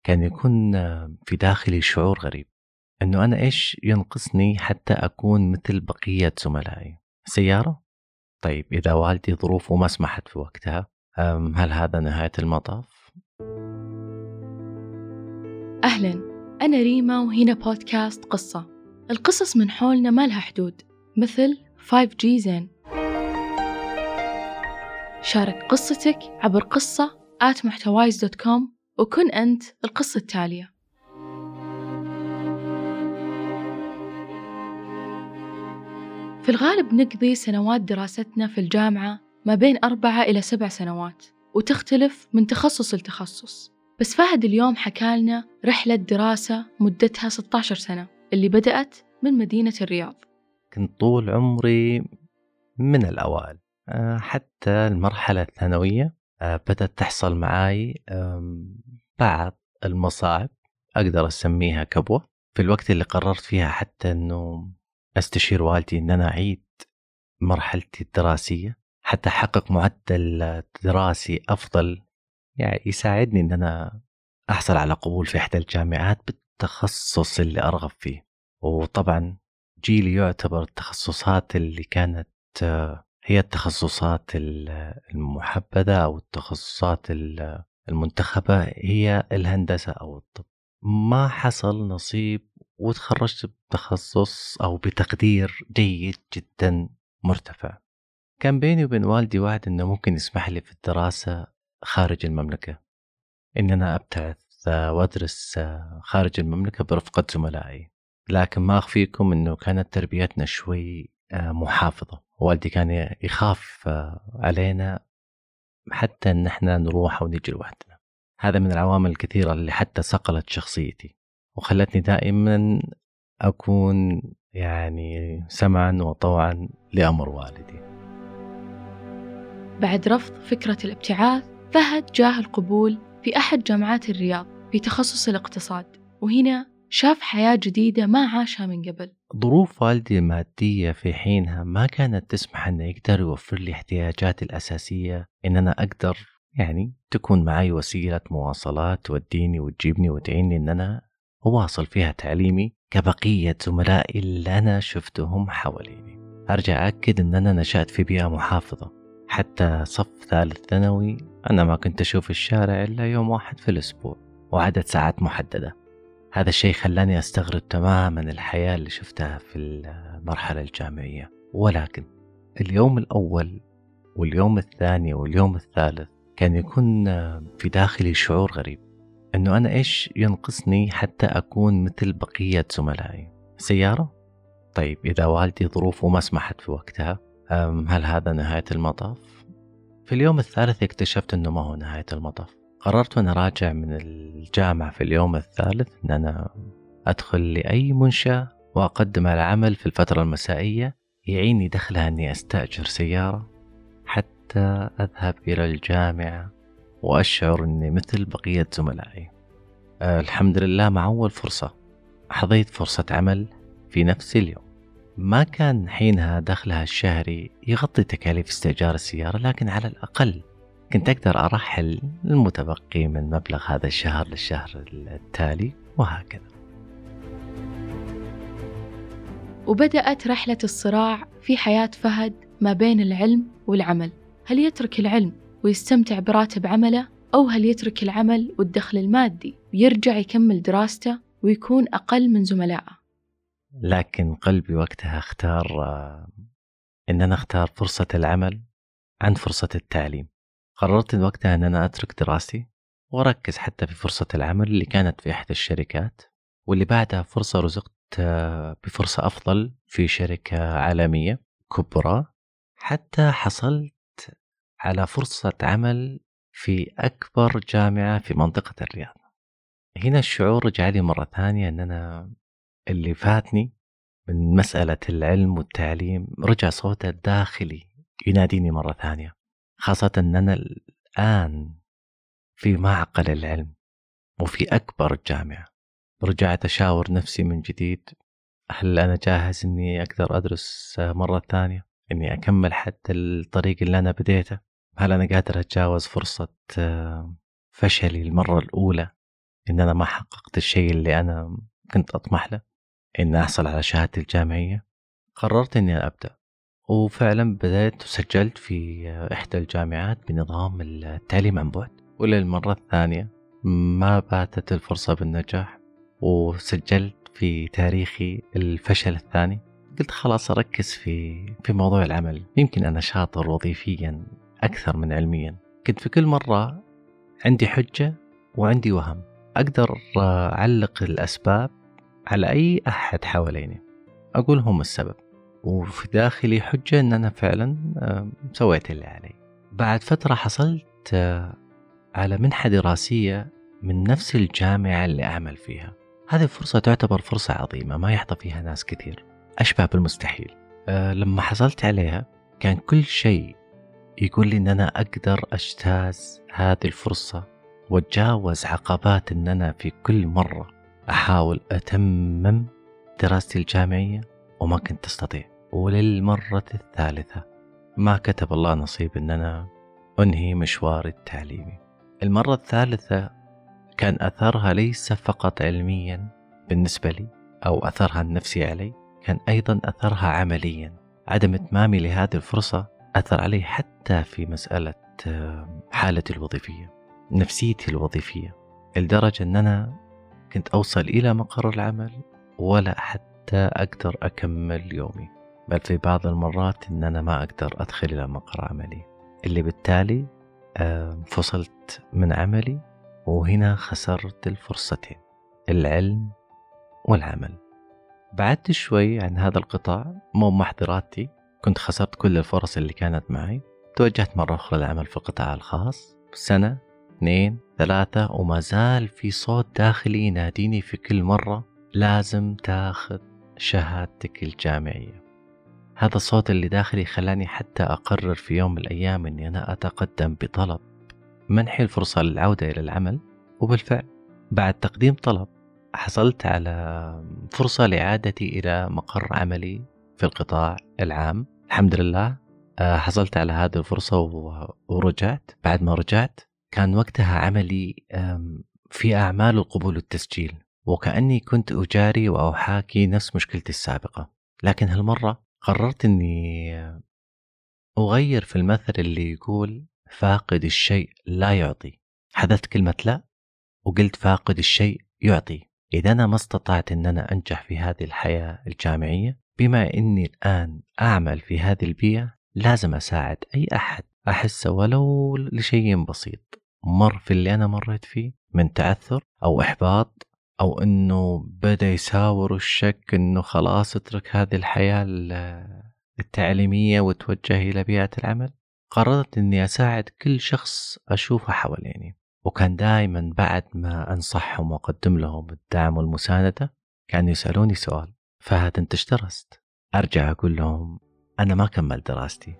كان يكون في داخلي شعور غريب إنه أنا إيش ينقصني حتى أكون مثل بقية زملائي. سيارة؟ طيب إذا والدي ظروفه ما سمحت في وقتها، هل هذا نهاية المطاف؟ أهلاً، أنا ريما وهنا بودكاست قصة. القصص من حولنا ما لها حدود، مثل 5G زين. شارك قصتك عبر قصة @محتوايز.com وكن أنت القصة التالية. في الغالب نقضي سنوات دراستنا في الجامعة ما بين 4 إلى 7 سنوات، وتختلف من تخصص لتخصص. بس فهد اليوم حكالنا رحلة دراسة مدتها 16 سنة اللي بدأت من مدينة الرياض. كنت طول عمري من الأوائل، حتى المرحلة الثانوية بدأت تحصل معاي بعض المصاعب أقدر أسميها كبوة في الوقت اللي قررت فيها حتى أنه أستشير والدي أن أنا أعيد مرحلتي الدراسية حتى أحقق معدل دراسي أفضل، يعني يساعدني أن أنا أحصل على قبول في إحدى الجامعات بالتخصص اللي أرغب فيه. وطبعا جيلي يعتبر التخصصات اللي كانت هي التخصصات المحبذة أو التخصصات المنتخبة هي الهندسة أو الطب. ما حصل نصيب وتخرجت بتخصص أو بتقدير جيد جدا مرتفع. كان بيني وبين والدي وعد أنه ممكن يسمح لي في الدراسة خارج المملكة، إن أنا أبتعث وأدرس خارج المملكة برفقة زملائي. لكن ما أخفيكم أنه كانت تربيتنا شوي محافظة. والدي كان يخاف علينا حتى أن احنا نروح ونجي لوحدنا. هذا من العوامل الكثيرة اللي حتى صقلت شخصيتي وخلتني دائما أكون يعني سمعا وطوعا لأمر والدي. بعد رفض فكرة الابتعاث، فهد جاه القبول في أحد جامعات الرياض في تخصص الاقتصاد، وهنا شاف حياة جديدة ما عاشها من قبل. ظروف والدي المادية في حينها ما كانت تسمح أنه يقدر يوفر لي احتياجاتي الأساسية، إن أنا أقدر يعني تكون معي وسيلة مواصلات توديني وتجيبني وتعيني إن أنا أواصل فيها تعليمي كبقية زملائي اللي أنا شفتهم حواليني. أرجع أكد إن أنا نشأت في بيئة محافظة، حتى صف ثالث ثانوي أنا ما كنت أشوف الشارع إلا يوم واحد في الأسبوع وعدد ساعات محددة. هذا الشيء خلاني أستغرب تماما الحياة اللي شفتها في المرحلة الجامعية. ولكن اليوم الأول واليوم الثاني واليوم الثالث كان يكون في داخلي شعور غريب إنه أنا إيش ينقصني حتى أكون مثل بقية زملائي. سيارة؟ طيب إذا والدي ظروفه ما سمحت في وقتها، هل هذا نهاية المطاف؟ في اليوم الثالث اكتشفت إنه ما هو نهاية المطاف. قررت وأنا راجع من الجامعة في اليوم الثالث أن أنا أدخل لأي منشأة وأقدم على عمل في الفترة المسائية يعيني دخلها أني أستأجر سيارة حتى أذهب إلى الجامعة وأشعر أني مثل بقية زملائي. الحمد لله مع أول فرصة حظيت فرصة عمل في نفس اليوم. ما كان حينها دخلها الشهري يغطي تكاليف استئجار السيارة، لكن على الأقل كنت أقدر أرحل المتبقي من مبلغ هذا الشهر للشهر التالي وهكذا. وبدأت رحلة الصراع في حياة فهد ما بين العلم والعمل. هل يترك العلم ويستمتع براتب عمله، أو هل يترك العمل والدخل المادي ويرجع يكمل دراسته ويكون أقل من زملائه؟ لكن قلبي وقتها اختار إن أنا أختار فرصة العمل عن فرصة التعليم. قررت وقتها أن أنا أترك دراستي وأركز حتى في فرصة العمل اللي كانت في إحدى الشركات، واللي بعدها فرصة رزقت بفرصة أفضل في شركة عالمية كبرى، حتى حصلت على فرصة عمل في أكبر جامعة في منطقة الرياض. هنا الشعور رجع لي مرة ثانية أن أنا اللي فاتني من مسألة العلم والتعليم رجع صوته الداخلي يناديني مرة ثانية، خاصة أن أنا الآن في معقل العلم وفي أكبر جامعة. رجعت أشاور نفسي من جديد، هل أنا جاهز أني أقدر أدرس مرة ثانية، أني أكمل حتى الطريق اللي أنا بديته؟ هل أنا قادر أتجاوز فرصة فشلي المرة الأولى إن أنا ما حققت الشيء اللي أنا كنت أطمح له، إن أحصل على شهادتي الجامعية. قررت إني أبدأ، وفعلا بدأت وسجلت في إحدى الجامعات بنظام التعليم عن بعد. وللمرة الثانية ما باتت الفرصة بالنجاح، وسجلت في تاريخي الفشل الثاني. قلت خلاص أركز في موضوع العمل، يمكن أنا شاطر وظيفيا أكثر من علميا. كنت في كل مرة عندي حجة وعندي وهم، أقدر أعلق الأسباب على أي أحد حواليني، أقول هم السبب، وفي داخلي حجة أن أنا فعلا سويت اللي علي. بعد فترة حصلت على منحة دراسية من نفس الجامعة اللي أعمل فيها. هذه الفرصة تعتبر فرصة عظيمة ما يحظى فيها ناس كثير، أشبه بالمستحيل. لما حصلت عليها كان كل شيء يقول لي أن أنا أقدر أجتاز هذه الفرصة وأتجاوز عقبات أن أنا في كل مرة أحاول أتمم دراستي الجامعية وما كنت أستطيع. وللمرة الثالثة ما كتب الله نصيب أن أنا أنهي مشواري التعليمي. المرة الثالثة كان أثرها ليس فقط علميا بالنسبة لي أو أثرها النفسي علي، كان أيضا أثرها عمليا. عدم إتمامي لهذه الفرصة أثر علي حتى في مسألة حالتي الوظيفية، نفسيتي الوظيفية، لدرجة أن أنا كنت أوصل إلى مقر العمل ولا حتى أقدر أكمل يومي، بل في بعض المرات أن أنا ما أقدر أدخل إلى مقر عملي، اللي بالتالي فصلت من عملي. وهنا خسرت الفرصتين، العلم والعمل. بعدت شوي عن هذا القطاع، مو محضراتي، كنت خسرت كل الفرص اللي كانت معي. توجهت مرة أخرى للعمل في القطاع الخاص، سنة 2 3 وما زال في صوت داخلي يناديني في كل مرة لازم تاخذ شهادتك الجامعية. هذا الصوت اللي داخلي خلاني حتى أقرر في يوم من الأيام أني أنا أتقدم بطلب منحي الفرصة للعودة إلى العمل. وبالفعل بعد تقديم طلب حصلت على فرصة لعادتي إلى مقر عملي في القطاع العام. الحمد لله حصلت على هذه الفرصة ورجعت. بعد ما رجعت كان وقتها عملي في أعمال القبول والتسجيل، وكأني كنت أجاري وأحاكي نفس مشكلتي السابقة. لكن هالمرة قررت أني أغير في المثل اللي يقول فاقد الشيء لا يعطي. حذفت كلمة لا وقلت فاقد الشيء يعطي. إذا أنا ما استطعت أن أنا أنجح في هذه الحياة الجامعية، بما أني الآن أعمل في هذه البيئة، لازم أساعد أي أحد أحس ولو لشيء بسيط مر في اللي أنا مريت فيه من تعثر أو إحباط، أو أنه بدأ يساور الشك أنه خلاص اترك هذه الحياة التعليمية وتوجه إلى بيئة العمل. قررت أني أساعد كل شخص أشوفه حواليني، وكان دائما بعد ما أنصحهم وأقدم لهم الدعم والمساندة كانوا يسألوني سؤال: فهد أنت إيش درست؟ أرجع أقول لهم أنا ما كمل دراستي.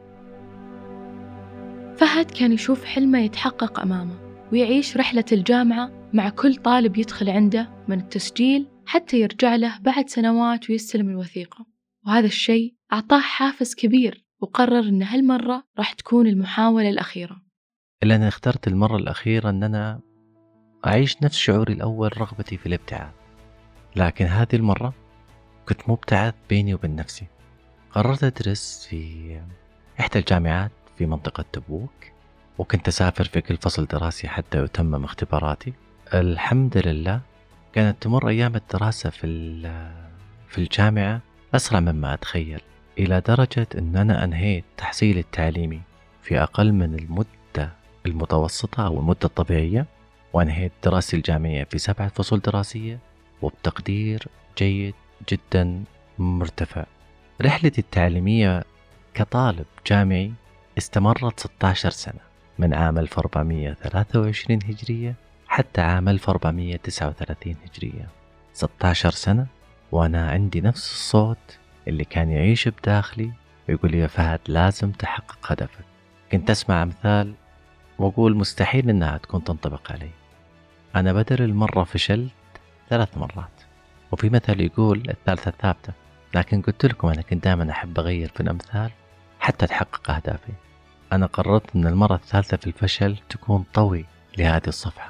فهد كان يشوف حلمه يتحقق أمامه، ويعيش رحلة الجامعة مع كل طالب يدخل عنده من التسجيل حتى يرجع له بعد سنوات ويستلم الوثيقة. وهذا الشيء أعطاه حافز كبير، وقرر أن هالمرة راح تكون المحاولة الأخيرة. إلا أنا اخترت المرة الأخيرة أن أنا أعيش نفس شعوري الأول، رغبتي في الابتعاث. لكن هذه المرة كنت مبتعث بيني وبين نفسي. قررت أدرس في إحدى الجامعات في منطقة تبوك، وكنت أسافر في كل فصل دراسي حتى يتمم اختباراتي. الحمد لله كانت تمر أيام الدراسة في الجامعة أسرع مما أتخيل، إلى درجة أن أنا أنهيت تحصيلي التعليمي في أقل من المدة المتوسطة أو المدة الطبيعية، وأنهيت دراستي الجامعية في 7 فصول دراسية وبتقدير جيد جدا مرتفع. رحلتي التعليمية كطالب جامعي استمرت 16 سنة، من عام 1423 هجرية حتى عام 1439 هجرية. 16 سنة وأنا عندي نفس الصوت اللي كان يعيش بداخلي ويقول لي يا فهد لازم تحقق هدفك. كنت أسمع أمثال وأقول مستحيل أنها تكون تنطبق علي. أنا بدل المرة فشلت 3 مرات، وفي مثل يقول الثالثة ثابتة. لكن قلت لكم أنا كنت دائما أحب أغير في الأمثال حتى تحقق أهدافي. أنا قررت أن المرة الثالثة في الفشل تكون طوي لهذه الصفحة.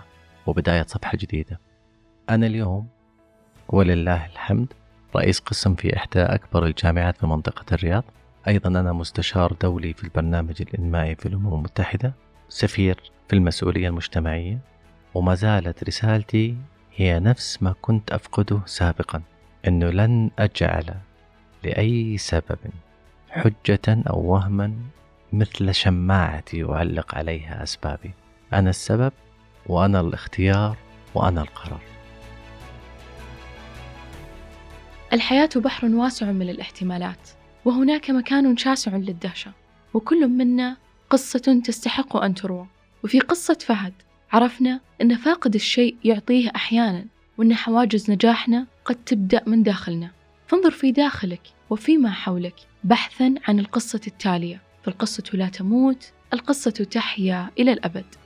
وبداية صفحة جديدة. أنا اليوم ولله الحمد رئيس قسم في إحدى أكبر الجامعات في منطقة الرياض. أيضا أنا مستشار دولي في البرنامج الإنمائي في الأمم المتحدة، سفير في المسؤولية المجتمعية، وما زالت رسالتي هي نفس ما كنت أفقده سابقا، أنه لن أجعل لأي سبب حجة أو وهما مثل شماعتي أعلق عليها أسبابي. أنا السبب وأنا الاختيار وأنا القرار. الحياة بحر واسع من الاحتمالات، وهناك مكان شاسع للدهشة، وكل منا قصة تستحق أن تروى. وفي قصة فهد عرفنا أن فاقد الشيء يعطيه أحيانا، وأن حواجز نجاحنا قد تبدأ من داخلنا. فانظر في داخلك وفيما حولك بحثا عن القصة التالية، فالقصة لا تموت، القصة تحيا إلى الأبد.